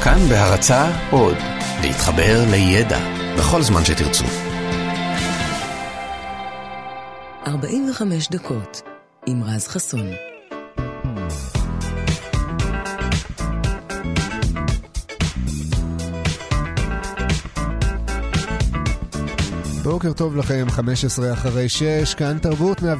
כאן בהרצאה עוד, להתחבר לידע בכל זמן שתרצו. 45 דקות עם רז חסון. בוקר טוב לכם, 15 אחרי 6, כאן תרבות 104.9,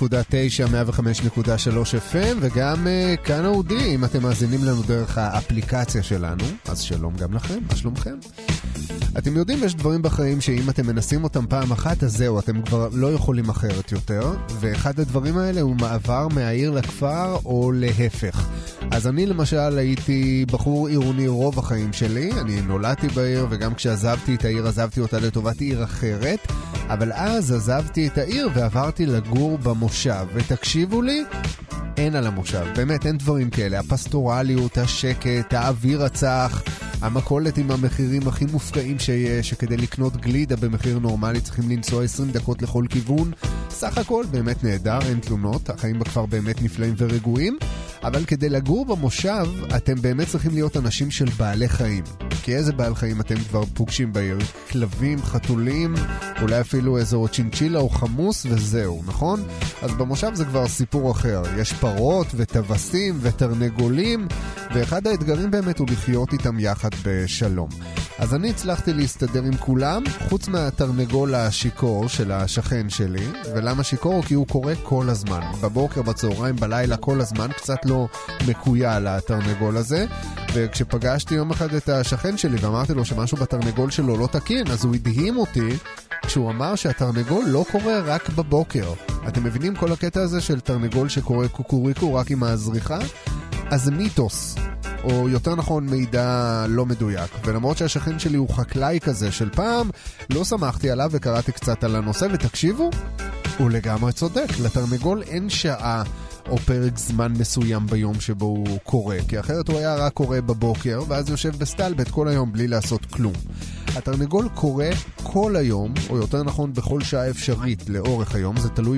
105.3 FM, וגם כאן אודי, אם אתם מאזינים לנו דרך האפליקציה שלנו, אז שלום גם לכם, מה שלומכם? אתם יודעים, יש דברים בחיים שאם אתם מנסים אותם פעם אחת, אז זהו, אתם כבר לא יכולים אחרת יותר, ואחד הדברים האלה הוא מעבר מהעיר לכפר או להפך. אז אני למשל הייתי בחור עירוני רוב החיים שלי, אני נולדתי בעיר וגם כשעזבתי את העיר עזבתי אותה לטובת עיר אחרת, אבל אז עזבתי את העיר ועברתי לגור במושב, ותקשיבו לי, אין על המושב, באמת אין דברים כאלה, הפסטורליות, השקט, האוויר הצח, המכולת עם המחירים הכי מופקעים שיש, שכדי לקנות גלידה במחיר נורמלי צריכים לנסוע 20 דקות לכל כיוון, סך הכל באמת נהדר, אין תלונות, החיים בכפר באמת נפלאים ורגועים, אבל כדי לגור במושב אתם באמת צריכים להיות אנשים של בעלי חיים. כי איזה בעל חיים אתם כבר פוגשים בעיר? כלבים, חתולים, אולי אפילו איזו צ'ינצ'ילה או חמוס וזהו, נכון? אז במושב זה כבר סיפור אחר. יש פרות וטווסים ותרנגולים, ואחד האתגרים באמת הוא לחיות איתם יחד בשלום. אז אני הצלחתי להסתדר עם כולם, חוץ מהתרנגול השיקור של השכן שלי. ולמה שיקור? כי הוא קורא כל הזמן. בבוקר, בצהריים, בלילה, כל הזמן. קצת לא מקויה לתרנגול הזה. וכשפגשתי יום אחד את השכן שלי ואמרתי לו שמשהו בתרנגול שלו לא תקין, אז הוא הדהים אותי כשהוא אמר שהתרנגול לא קורא רק בבוקר. אתם מבינים כל הקטע הזה של תרנגול שקורא קוקוריקו רק עם הזריחה? אז זה מיתוס. או יותר נכון מידע לא מדויק, ולמרות שהשכן שלי הוא חקלאי כזה של פעם, לא שמחתי עליו וקראתי קצת על הנושא, ותקשיבו, הוא לגמרי צודק, לתרנגול אין שעה או פרק זמן מסוים ביום שבו הוא קורא, כי אחרת הוא היה רק קורא בבוקר, ואז יושב בסטלבט כל היום בלי לעשות כלום. התרנגול קורא כל היום, או יותר נכון בכל שעה אפשרית לאורך היום,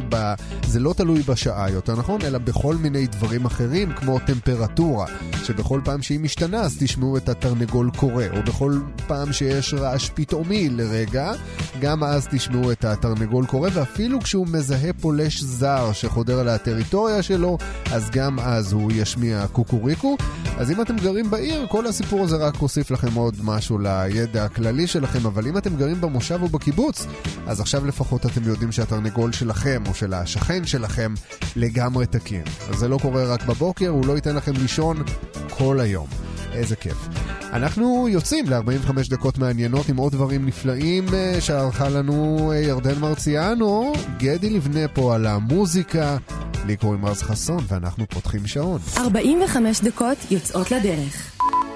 זה לא תלוי בשעה, יותר נכון, אלא בכל מיני דברים אחרים, כמו טמפרטורה, שבכל פעם שהיא משתנה, אז תשמעו את התרנגול קורא, או בכל פעם שיש רעש פתאומי לרגע, גם אז תשמעו את התרנגול קורא, ואפילו כשהוא מזהה פולש זר שחודר על הטריטוריה שלו, אז גם אז הוא ישמיע קוקוריקו. אז אם אתם גרים בעיר, כל הסיפור הזה רק הוסיף לכם עוד משהו לידע הכללי שלכם, אבל אם אתם גרים במושב או בקיבוץ, אז עכשיו לפחות אתם יודעים שהתרנגול שלכם או של השכן שלכם לגמרי תקין. אז זה לא קורה רק בבוקר, הוא לא ייתן לכם לישון כל היום. איזה כיף. אנחנו יוצאים ל-45 דקות מעניינות עם עוד דברים נפלאים שערכה לנו ירדן מרציאנו. גדי לבנה פה על המוזיקה, לי קוראים רז חסון ואנחנו פותחים שעון. 45 דקות יוצאות לדרך.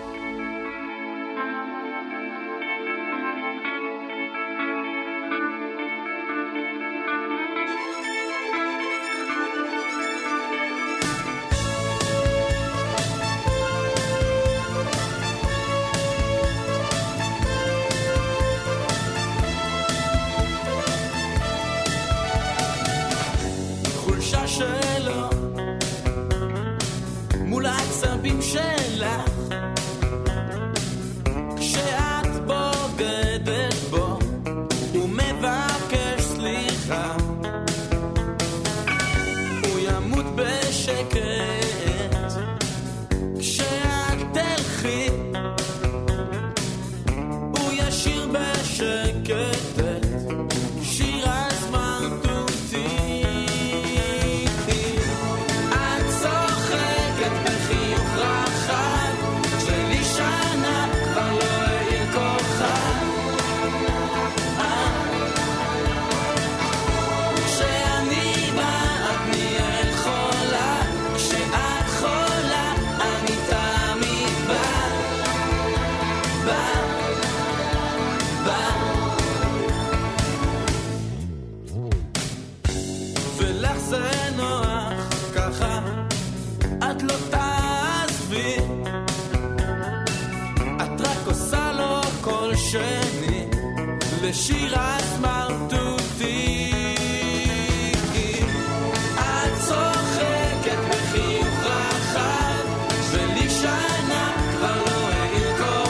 לשירה סמרטוטי את צוחקת בחיוך רחב ולי שנה כבר לא העיר כל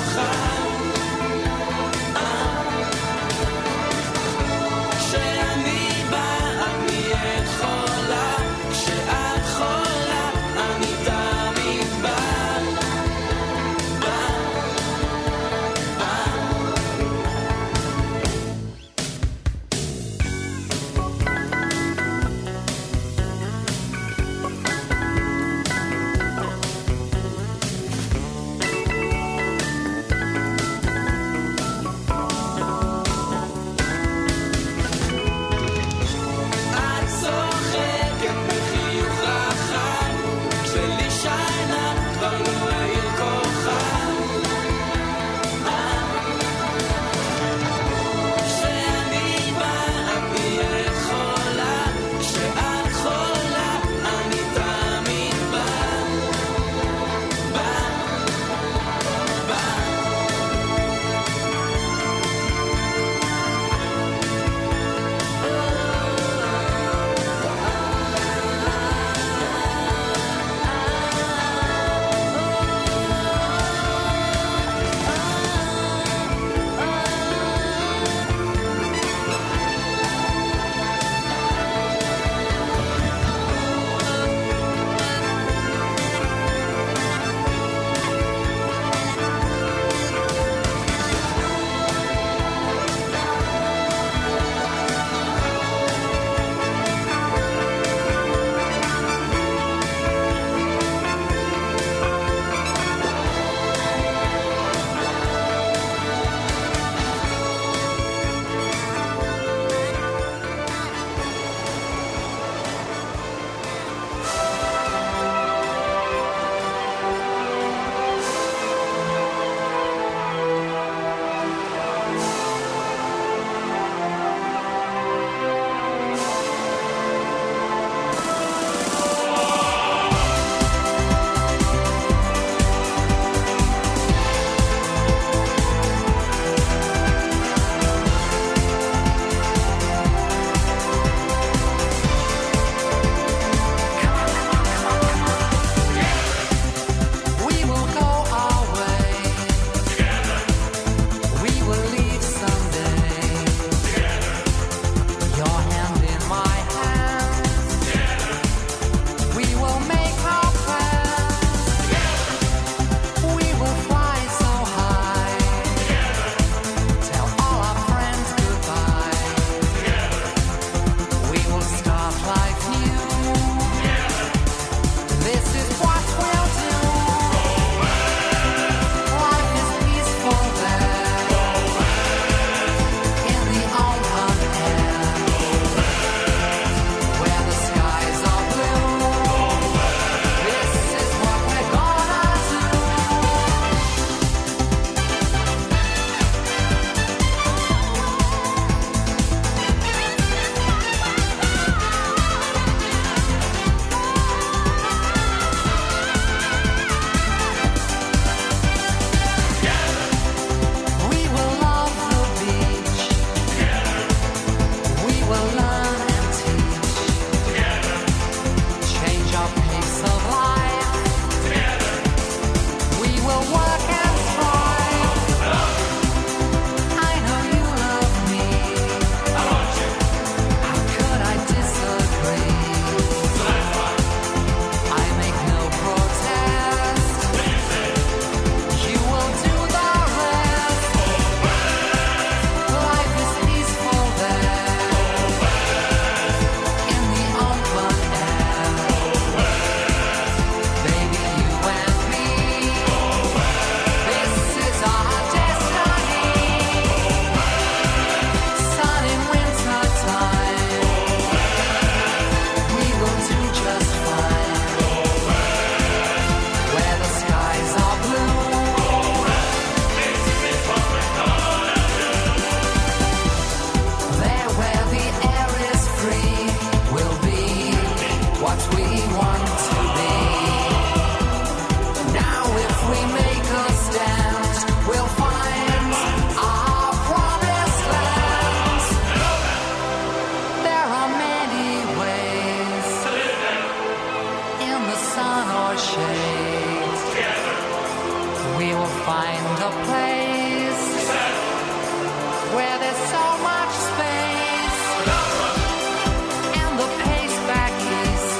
find a place where there's so much space and the pace back east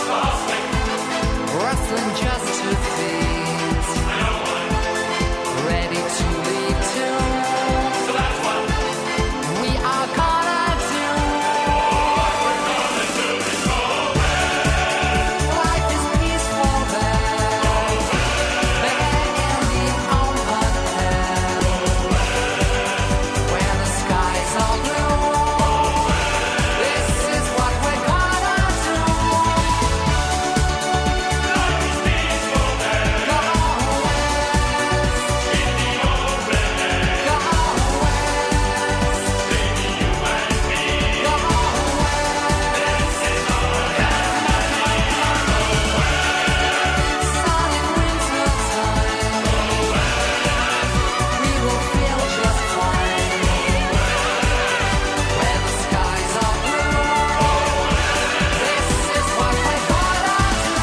rustling just to please, ready to lead to we are gonna do. Life is peaceful there in the open air, where the skies are blue. This is what we're gonna do. Life is peaceful there. Go west. In the open air. Go west. Baby, you and me. Go west. This is our sun in winter time. We will feel just fine. Where the skies are blue. This is what we're gonna do.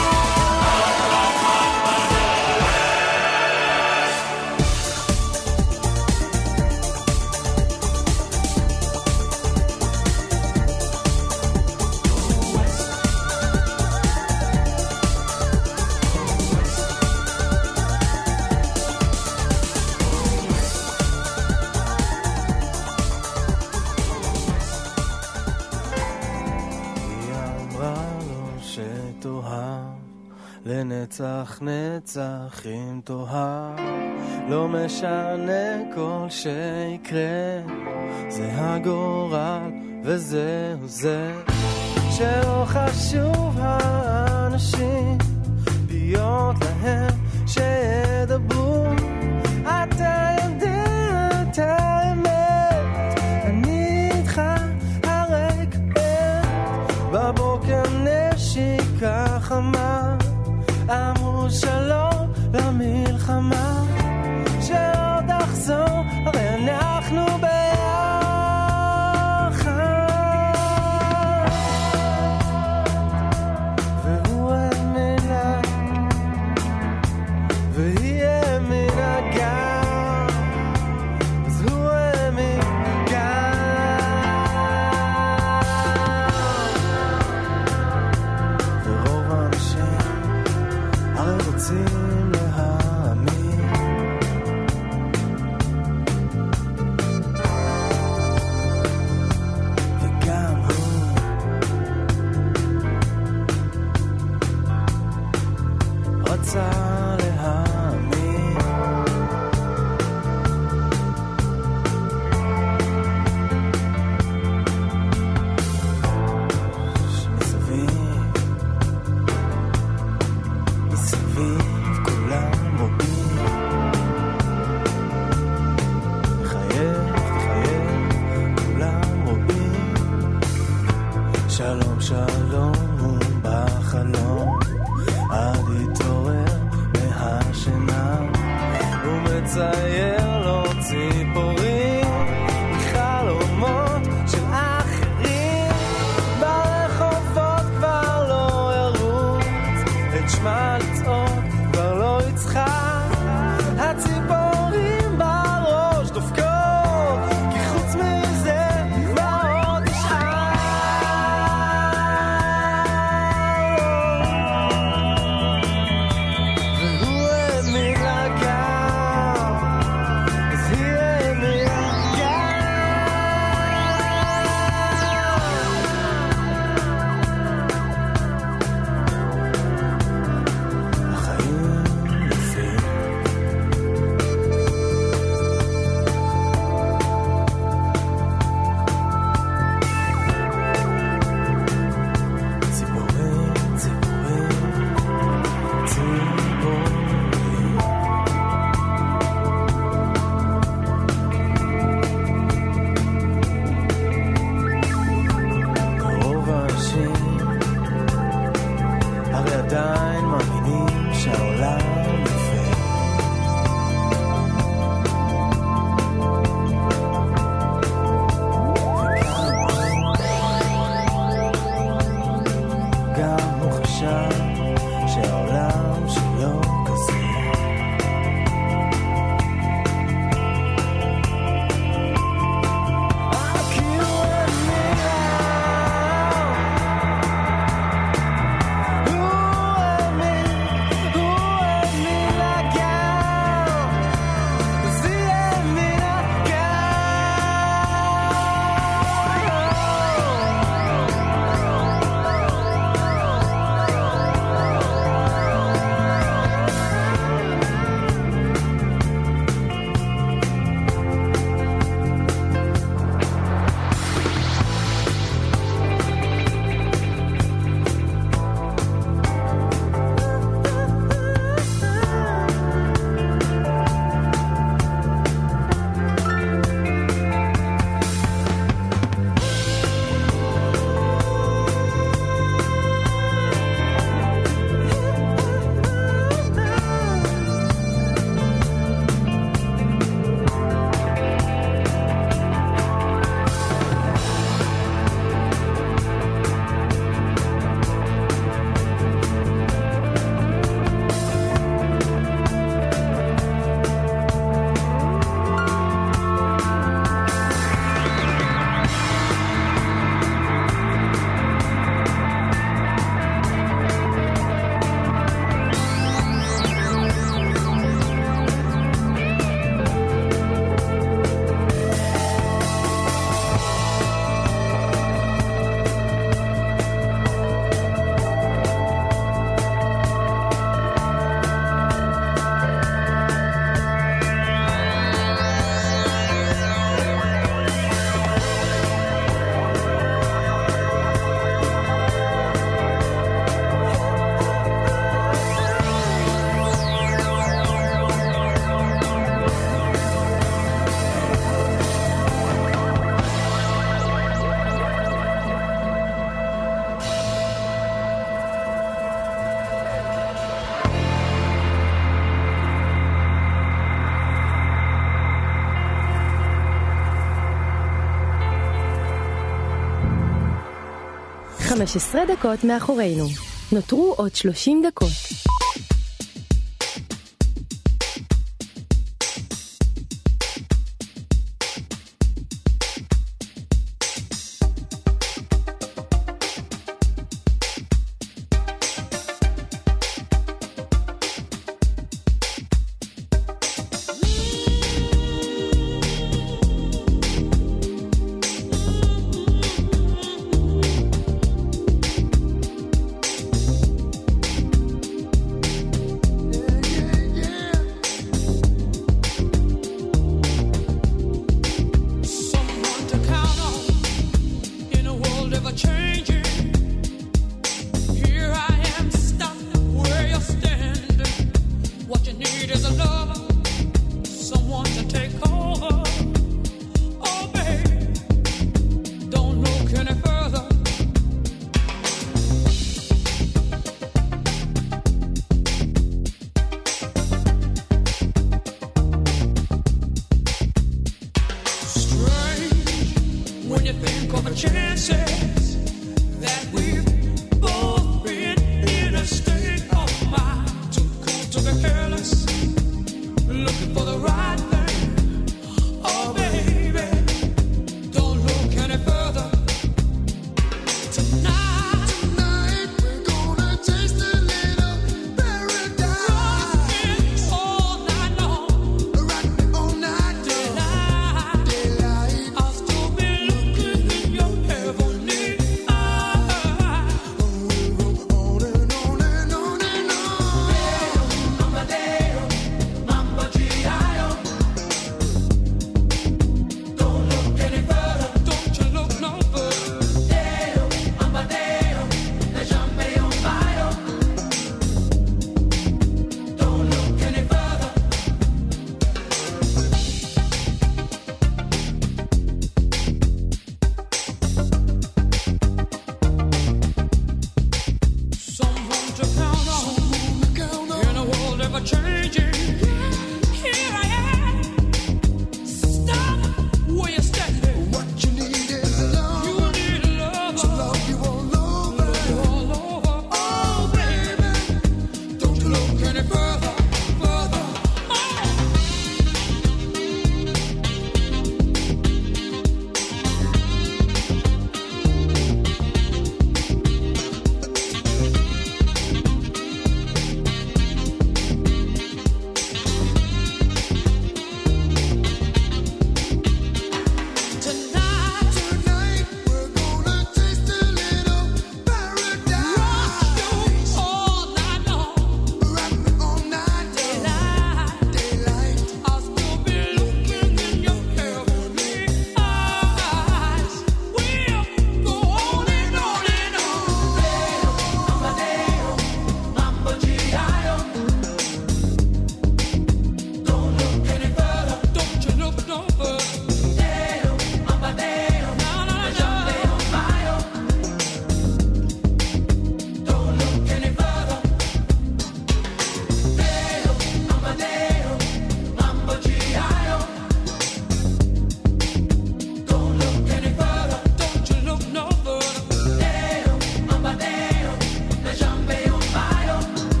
היא אמרה לו שתאהב לנצח נצח אם תאהב, לא משנה כל שיקרה, זה הגורל וזהו זה, שלא חשוב האנשים להיות להם שידברו, אתה יודע את האמת, אני איתך הרי כעת, בבוקר נשיקה חמה, אמרו שלום למלחמה, שעוד אחזור, הרי אנחנו ביחד, והוא האמינה, והיא האמינה גם, אז הוא האמין גם, ורוב האנשים הרי רוצים להאמין, וגם הוא רצה להאמין, שמסביב מסביב כולם רואים, תחייך תחייך כולם רואים, שלום שלום הוא בחלום, עד יתעורר מהשינה, הוא מצייר לו ציפורים מחלומות של אחרים, ברחובות כבר לא ירוץ, את שמה לצעוק כבר לא יצחק, הציפורים בראש דופקות, כי חוץ מזה מה עוד נשאר, והוא האמין לה גם, 15 דקות מאחורינו. נותרו עוד 30 דקות.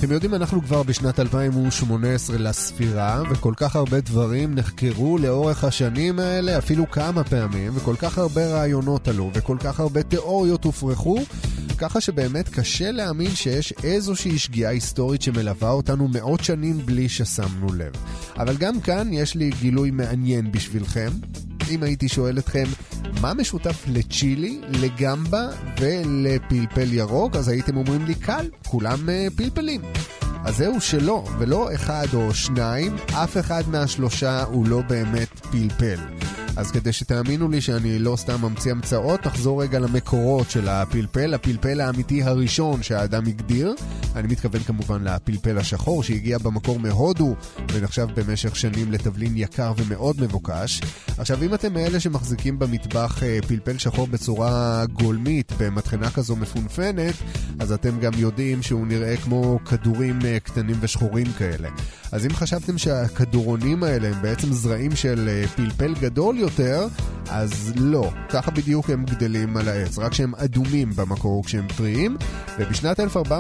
אתם יודעים, אנחנו כבר בשנת 2018 לספירה, וכל כך הרבה דברים נחקרו לאורך השנים האלה, אפילו כמה פעמים, וכל כך הרבה רעיונות עלו, וכל כך הרבה תיאוריות הופרכו, ככה שבאמת קשה להאמין שיש איזושהי שגיאה היסטורית שמלווה אותנו מאות שנים בלי ששמנו לב. אבל גם כאן יש לי גילוי מעניין בשבילכם. אם הייתי שואל אתכם מה משותף לצ'ילי, לגמבה ולפלפל ירוק, אז הייתם אומרים לי קל, כולם פלפלים. אז זהו שלא, ולא אחד או שניים, אף אחד מהשלושה הוא לא באמת פלפל. אז כדי שתאמינו לי שאני לא סתם ממציא המצאות, נחזור רגע למקורות של הפלפל, הפלפל האמיתי הראשון שהאדם הגדיר. אני מתכוון כמובן לפלפל השחור שהגיע במקור מהודו ונחשב במשך שנים לתבלין יקר ומאוד מבוקש. עכשיו, אם אתם מאלה שמחזיקים במטבח פלפל שחור בצורה גולמית, במטחנה כזו מפונפנת, אז אתם גם יודעים שהוא נראה כמו כדורים קטנים ושחורים כאלה. אז אם חשבתם שהכדורונים האלה הם בעצם זרעים של פלפל גדול יותר, אז לא. ככה בדיוק הם גדלים על העץ, רק שהם אדומים במקור כשהם טריים. ובשנת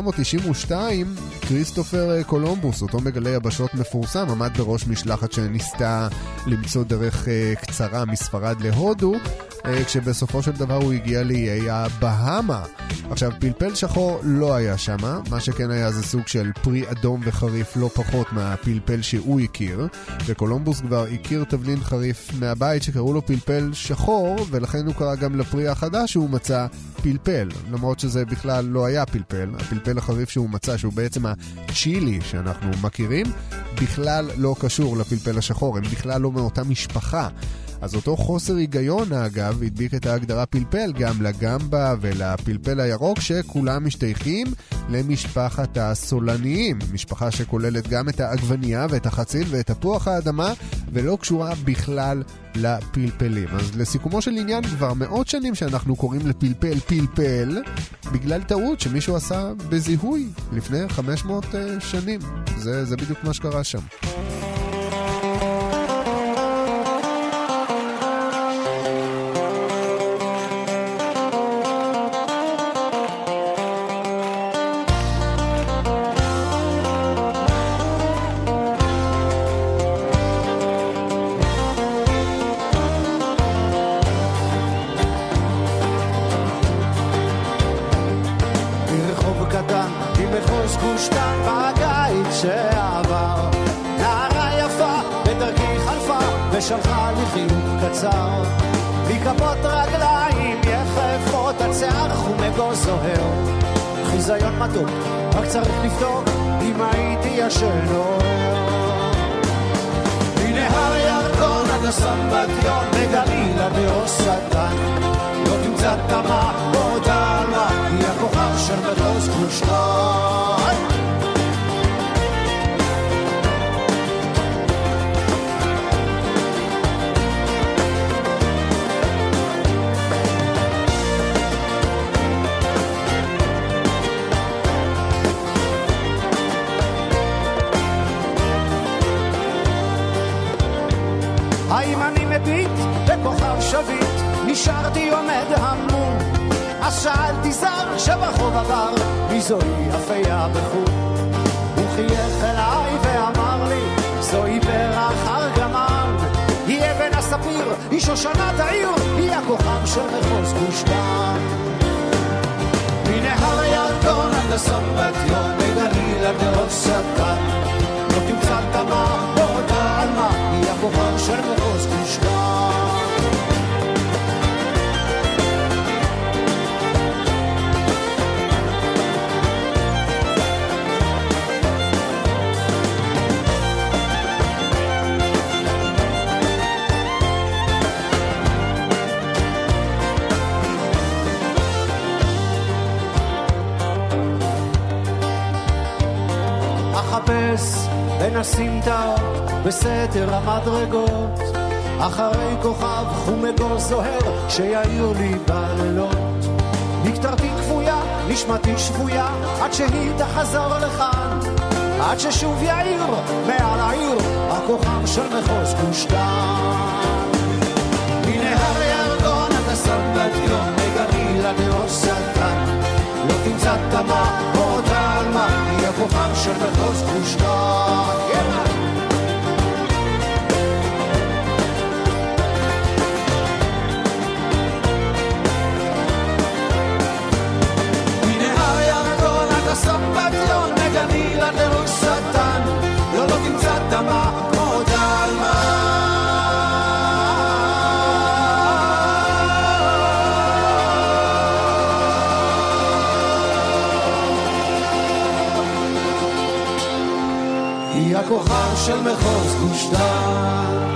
1492, כריסטופר קולומבוס, אותו מגלה יבשות מפורסם, עמד בראש משלחת שניסתה למצוא דרך קצרה מספרד להודו, כשבסופו של דבר הוא הגיע לאיי הבהמה. עכשיו, פלפל שחור לא היה שמה, מה שכן היה זה סוג של פרי אדום וחריף לא פחות מהפלפל שהוא הכיר, וקולומבוס כבר הכיר תבלין חריף מהבית שקראו לו פלפל שחור, ולכן הוא קרא גם לפרי החדש שהוא מצא פלפל, למרות שזה בכלל לא היה פלפל. הפלפל החריף שהוא מצא, שהוא בעצם הצ'ילי שאנחנו מכירים, בכלל לא קשור לפלפל השחור, הם בכלל לא מאותה משפחה. אז אותו חוסר היגיון, אגב, הדביק את ההגדרה פלפל גם לגמבה ולפלפל הירוק, שכולם משתייכים למשפחת הסולניים, משפחה שכוללת גם את העגבנייה ואת החציל ואת תפוח האדמה, ולא קשורה בכלל לפלפלים. אז לסיכומו של עניין, כבר מאות שנים שאנחנו קוראים לפלפל פלפל, בגלל טעות שמישהו עשה בזיהוי לפני 500 שנים. זה בדיוק מה שקרה שם. ושלחה לי חיוך קצר, מכפות רגליים יחפות הצער חומגו זוהר, חיזיון מתוק, רק צריך לבדוק אם הייתי ישן או מנהר ירקון עד הסמבטיון, מגלילה באו שטן, לא תמצא תמה או דלמה, היא הכוכב של מחוז קושטן. האם אני מביט בכוכב שביט, נשארתי עומד המום, אז שאלתי זר שברחוב עבר, מי זוהי אפיה בחור, הוא חייך אליי ואמר לי, זוהי פרח ארגמן, היא אבן הספיר, היא שושנת העיר, היא הכוכב של מחוז גוש-דן. מנהר ירקון עד הסמבטיון, מגלילה באו שטן, לא תמצא תמה או דלמה, היא הכוכב של מחוז גוש-דן. אחפש בין הסמטאות בסתר המדרגות, אחרי כוכב חומגו זוהר שיעיר לי בלילות. נקטרתי כפויה, נשמתי שבויה, עד שהיא תחזור לכאן, עד ששוב יעיר מעל העיר הכוכב של מחוז גוש-דן. מנהר ירקון עד הסמבטיון, מגלילה באו שטן, לא תמצא תמה או דלמה, היא הכוכב של של מחוז גוש דן.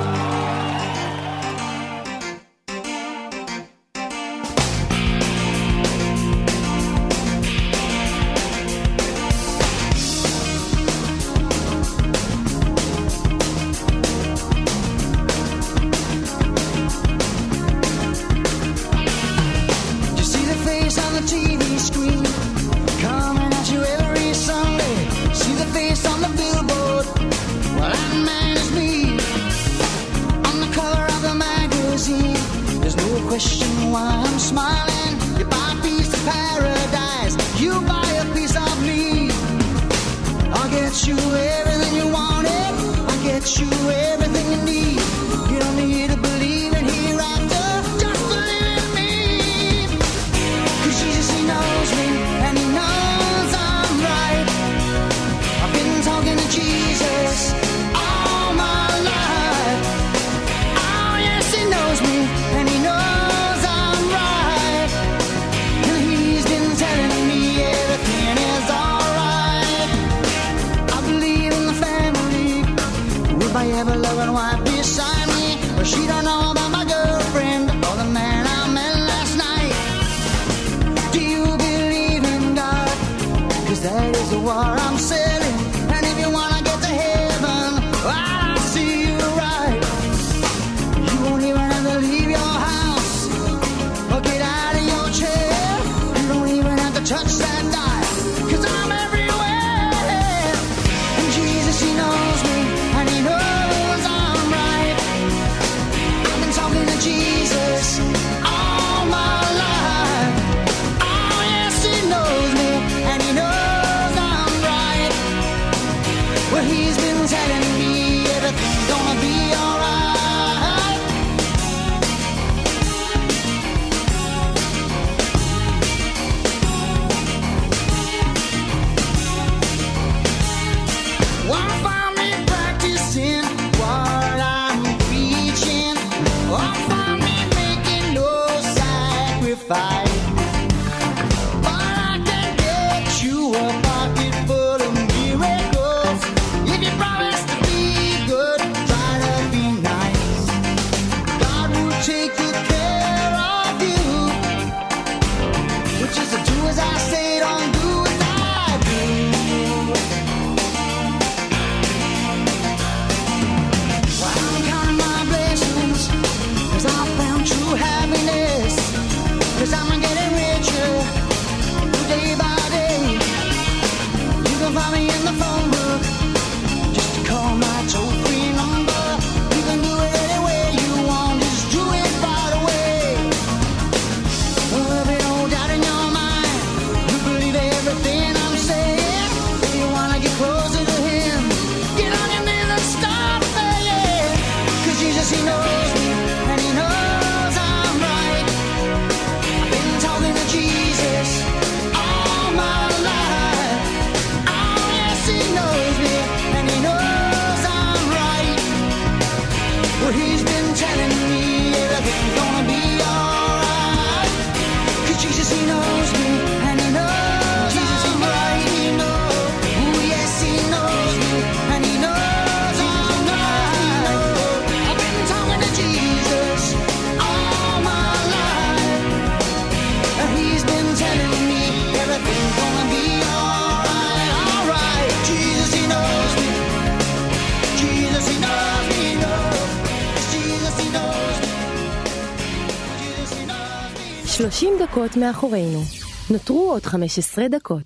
דקות מאחורינו. נותרו עוד 15 דקות.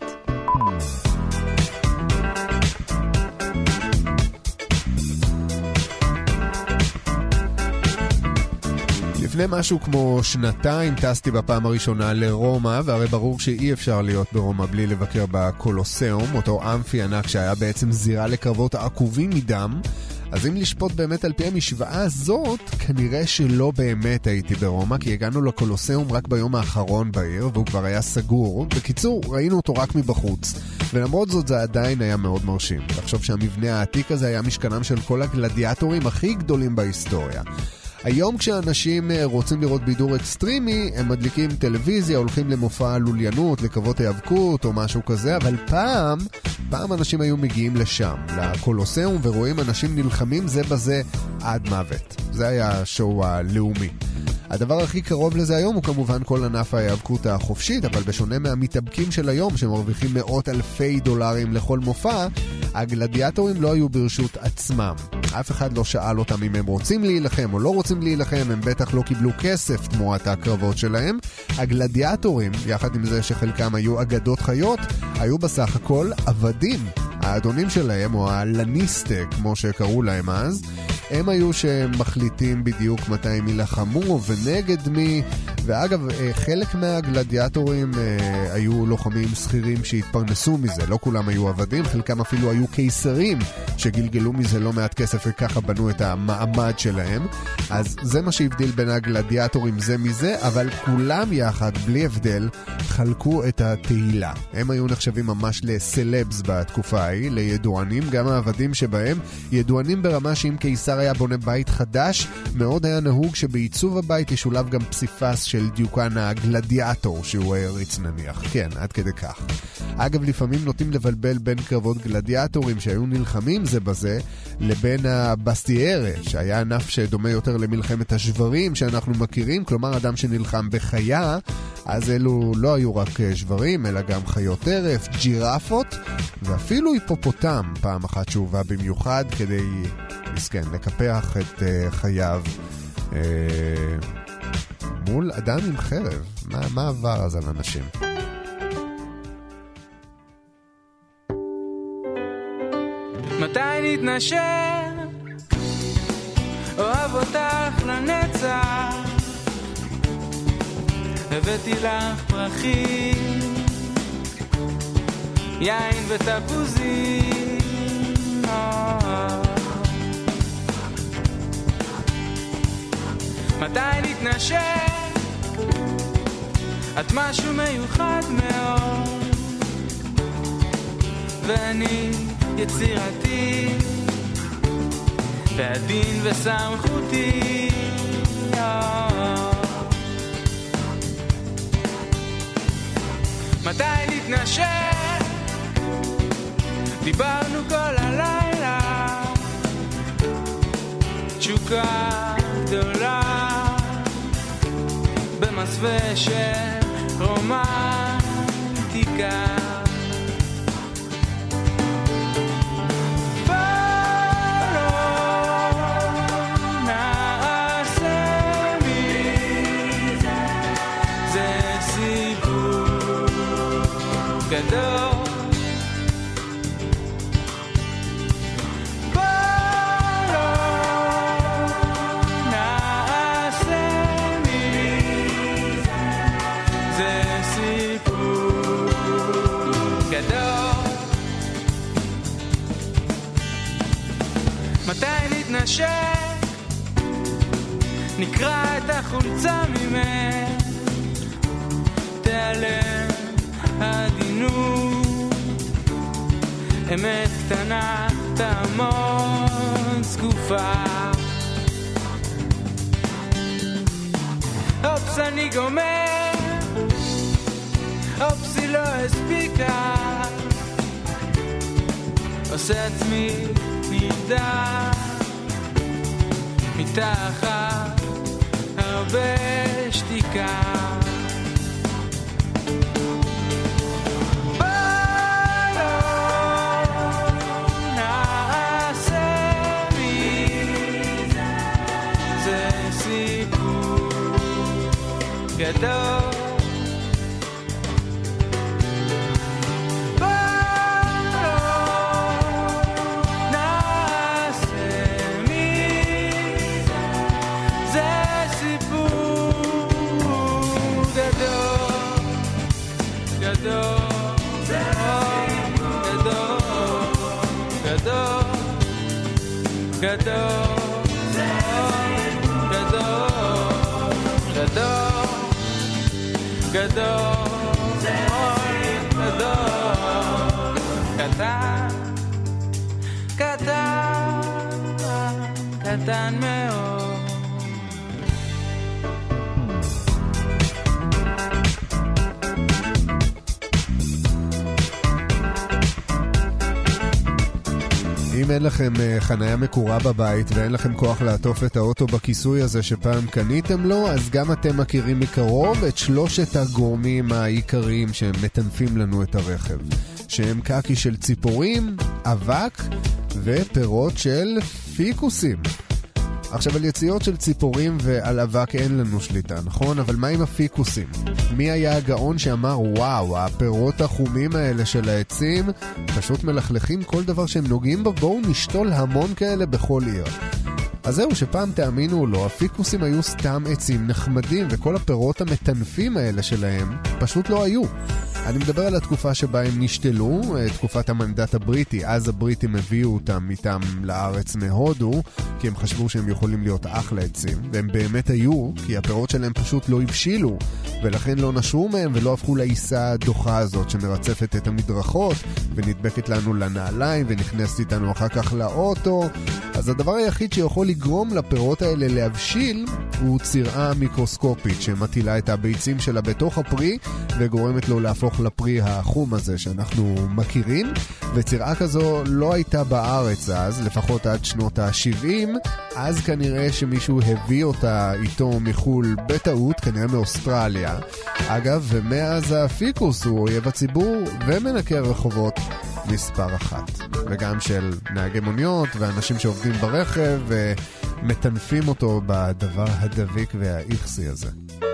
לפני משהו כמו שנתיים טסתי בפעם הראשונה לרומא, והרי ברור שאי אפשר להיות ברומא בלי לבקר בקולוסיאום, אותו אמפי ענק שהיה בעצם זירה לקרבות עקובים מדם. אז אם לשפוט באמת על פי המשוואה הזאת, כנראה שלא באמת הייתי ברומא, כי הגענו לקולוסיאום רק ביום האחרון בעיר, והוא כבר היה סגור. בקיצור, ראינו אותו רק מבחוץ. ולמרות זאת זה עדיין היה מאוד מרשים. לחשוב שהמבנה העתיק הזה היה משכנם של כל הגלדיאטורים הכי גדולים בהיסטוריה. היום כשאנשים רוצים לראות בידור אקסטרימי, הם מדליקים טלוויזיה, הולכים למופע לוליינות, לקוות היאבקות או משהו כזה, אבל פעם אנשים היו מגיעים לשם, לקולוסיאום, ורואים אנשים נלחמים זה בזה עד מוות. זה היה השואו הלאומי. הדבר הכי קרוב לזה היום הוא כמובן כל ענף ההיאבקות החופשית, אבל בשונה מהמתאבקים של היום שמרוויחים מאות אלפי דולרים לכל מופע, הגלדיאטורים לא היו ברשות עצמם. אף אחד לא שאל אותם אם הם רוצים להילחם או לא רוצים להילחם, הם בטח לא קיבלו כסף תמורת הקרבות שלהם. הגלדיאטורים, יחד עם זה שחלקם היו אגדות חיות, היו בסך הכל עבדים. האדונים שלהם, או הלניסטה, כמו שקראו להם אז, הם היו שמחליטים בדיוק מתי הם ילחמו ונגד מי. ואגב, חלק מהגלדיאטורים היו לוחמים שכירים שהתפרנסו מזה. לא כולם היו עבדים, חלקם אפילו היו קיסרים שגלגלו מזה לא מעט כסף וככה בנו את המעמד שלהם. אז זה מה שהבדיל בין הגלדיאטורים זה מזה, אבל כולם יחד, בלי הבדל, חלקו את התהילה. הם היו נחשבים ממש לסלבס בתקופה ההיא, לידוענים, גם העבדים שבהם ידוענים ברמה שאם קיסר היה בונה בית חדש, מאוד היה נהוג שבעיצוב הבית ישולב גם פסיפס של דיוקן הגלדיאטור שהוא העריץ נניח. כן, עד כדי כך. אגב, לפעמים נוטים לבלבל בין קרבות גלדיאטורים שהיו נלחמים זה בזה, לבין הבסטיירה, שהיה ענף שדומה יותר למלחמת השברים שאנחנו מכירים, כלומר אדם שנלחם בחיה, אז אלו לא היו רק שברים, אלא גם חיות טרף, ג'ירפות, ואפילו היפופוטם, פעם אחת שהובא במיוחד כדי, מסכן, לקפח את חייו מול אדם עם חרב. מה עבר אז על אנשים? מתי נתנשר, אוהב אותך לנצח, הבאתי לך פרחים, יין ותפוזים, מתי נתנשר, את משהו מיוחד מאוד, ואני יצירתי ועדין וסמכותי. מתי נתנשר, דיברנו כל הלילה, תשוקה גדולה במסווה של רומנטיקה. נקרא את החולצה ממך, תיעלם עדינות, אמת קטנה תעמוד זקופה. אופס אני גומר, אופס היא לא הספיקה, עושה עצמי נדע מתחת הרבה שתיקה. בוא לא נעשה מזה זה סיפור גדול. קטן מאוד, ואם אין לכם חניה מקורה בבית ואין לכם כוח לעטוף את האוטו בכיסוי הזה שפעם קניתם לו, אז גם אתם מכירים מקרוב את שלושת הגורמים העיקריים שמטנפים לנו את הרכב, שהם קקי של ציפורים, אבק ופירות של פיקוסים. עכשיו, על יציאות של ציפורים ועל אבק אין לנו שליטה, נכון? אבל מה עם הפיקוסים? מי היה הגאון שאמר, וואו, הפירות החומים האלה של העצים פשוט מלכלכים כל דבר שהם נוגעים בו, בואו נשתול המון כאלה בכל עיר. אז זהו, שפעם תאמינו או לא, הפיקוסים היו סתם עצים נחמדים, וכל הפירות המטנפים האלה שלהם פשוט לא היו. אני מדבר על התקופה שבה הם נשתלו, תקופת המנדט הבריטי. אז הבריטים הביאו אותם איתם לארץ מהודו, כי הם חשבו שהם יכולים להיות אחלה עצים, והם באמת היו, כי הפירות שלהם פשוט לא הבשילו, ולכן לא נשרו מהם ולא הפכו לעיסה הדוחה הזאת שמרצפת את המדרכות ונדבקת לנו לנעליים ונכנסת איתנו אחר כך לאוטו. אז הדבר היחיד שיכול לגרום לפירות האלה להבשיל הוא צירעה מיקרוסקופית שמטילה את הביצים שלה בתוך הפרי וגורמת לו להפוך לפרי החום הזה שאנחנו מכירים, וצירעה כזו לא הייתה בארץ אז, לפחות עד שנות ה-70. אז כנראה שמישהו הביא אותה איתו מחול בטעות, כנראה מאוסטרליה. אגב, ומאז הפיקוס הוא אויב הציבור ומנקה הרחובות מספר אחת, וגם של נהגי מוניות ואנשים שעובדים ברכב ומטנפים אותו בדבר הדביק והאיכסי הזה.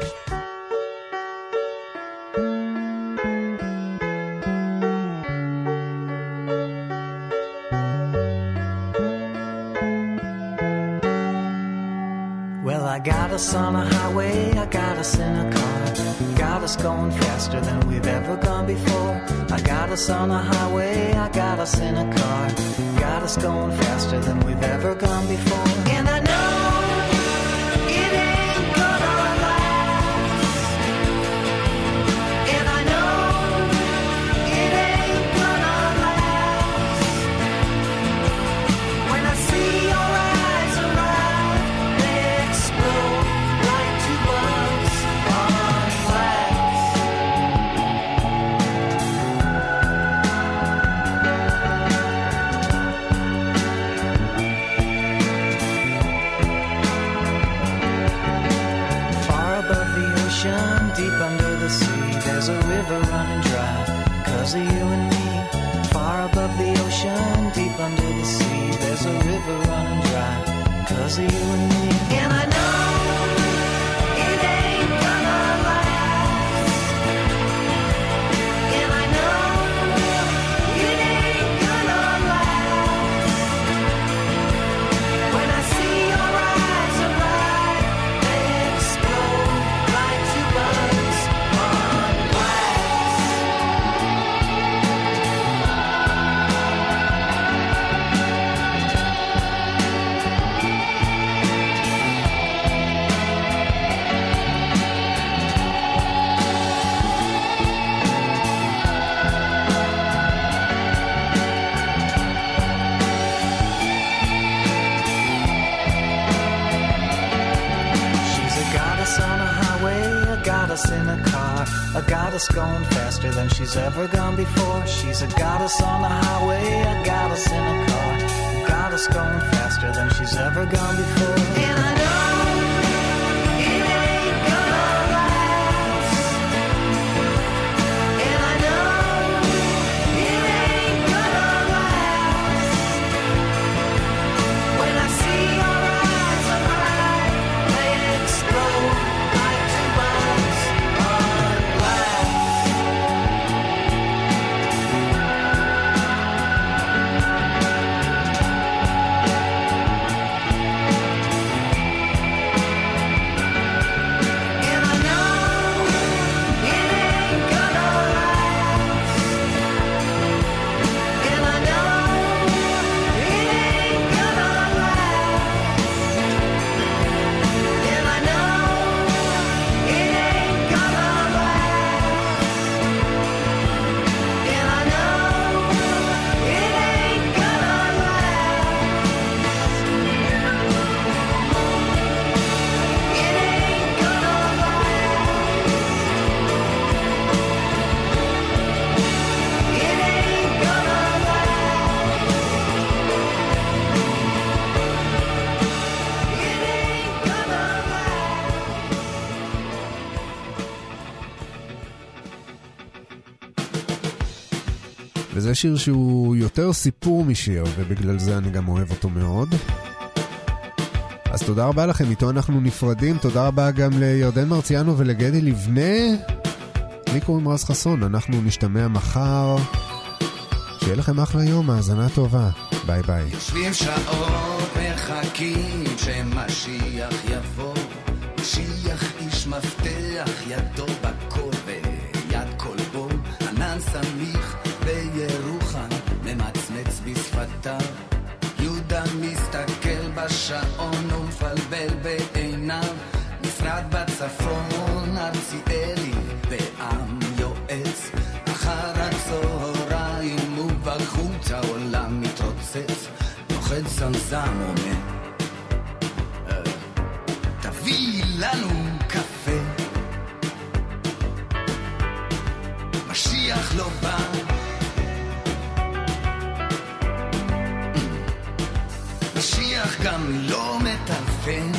I got us on a highway, I got us in a car, got us going faster than we've ever gone before. I got us on a highway, I got us in a car, got us going faster than we've ever gone before. And I know it ain't gonna last, and I know it ain't gonna last. When I see your eyes arrive, they explode like two bugs on glass. Far above the ocean, deep under the sea, there's a river running dry, 'cause of you and me. Far above the ocean, deep under the sea, there's a river running dry, 'cause of you and me. And I know it ain't gonna last, and I know it ain't gonna last. When I see your eyes arrive, they explode like two bugs on glass. She's a goddess on a highway, a goddess in a car, a goddess going faster than she's ever gone before. She's a goddess on a highway, a goddess in a car, a goddess going faster than she's ever gone before. And I know it ain't gonna last, and I know it ain't gonna last. When I see your eyes arrive, they explode like two bombs on glass. וזה שיר שהוא יותר סיפור משיר, ובגלל זה אני גם אוהב אותו מאוד. אז תודה רבה לכם, איתו אנחנו נפרדים. תודה רבה גם לירדן מרציאנו ולגדי לבנה. לי קוראים רז חסון, אנחנו נשתמע מחר. שיהיה לכם אחלה יום, האזנה טובה. ביי ביי. יושבים שעות מחכים שמשיח יבוא, משיח איש מפתח, ידו בכל ויד כל בו, ענן סמיך בירוחם ממצמץ בשפתיו, יהודה מסתכל בשעון ומפלבל בעיניו, נפרד בצפון ארציאלי בעם יועץ, אחר הצהריים ובחוץ העולם מתרוצץ, נוחד סמסם אומר תביא לנו קפה, משיח לא בא, משיח גם לא מטלפן,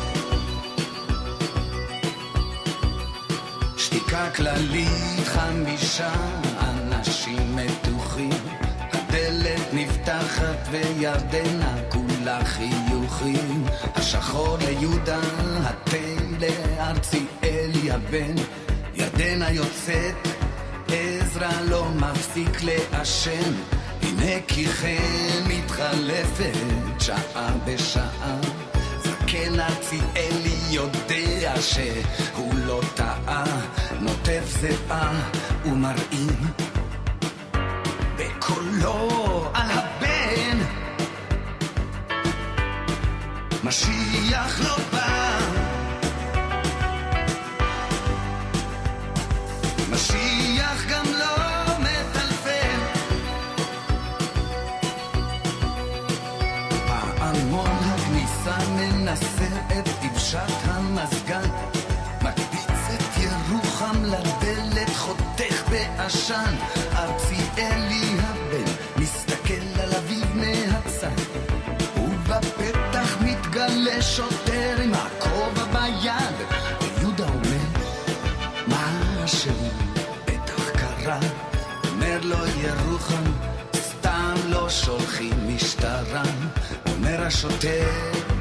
שתיקה כללית, 5 אנשים מתוחים, הדלת נפתחת וירדנה כולה חיוכים, השחור ליהודה, התה לארציאלי הבן, ירדנה יוצאת, עזרא לא מפסיק לעשן, הנה כי כן מתחלפת שעה בשעה, זקן ארציאלי יודע שהוא לא טעה, נוטף זיעה ומראים בקולו על הבן, משיח לא בא, משיח גם לא מטלפן, פעמון הכניסה מנסה את דבשת המזגן, מקפיץ את ירוחם לדלת, חותך בעשן, ארציאלי הבן מסתכל על אביו מהצד, ובפתח מתגלה שוטר עם הכובע ביד, ויהודה אומר משהו בטח קרה, אומר לו ירוחם סתם לא שולחים משטרה, אומר השוטר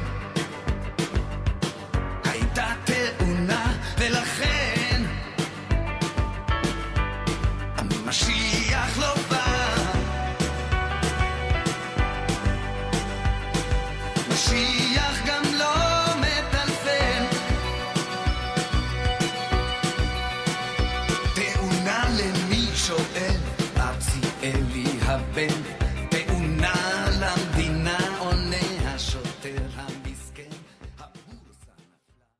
הייתה תאונה ולכן המשיח לא בא, משיח גם לא מטלפן, תאונה למי שואל, ארציאלי הבן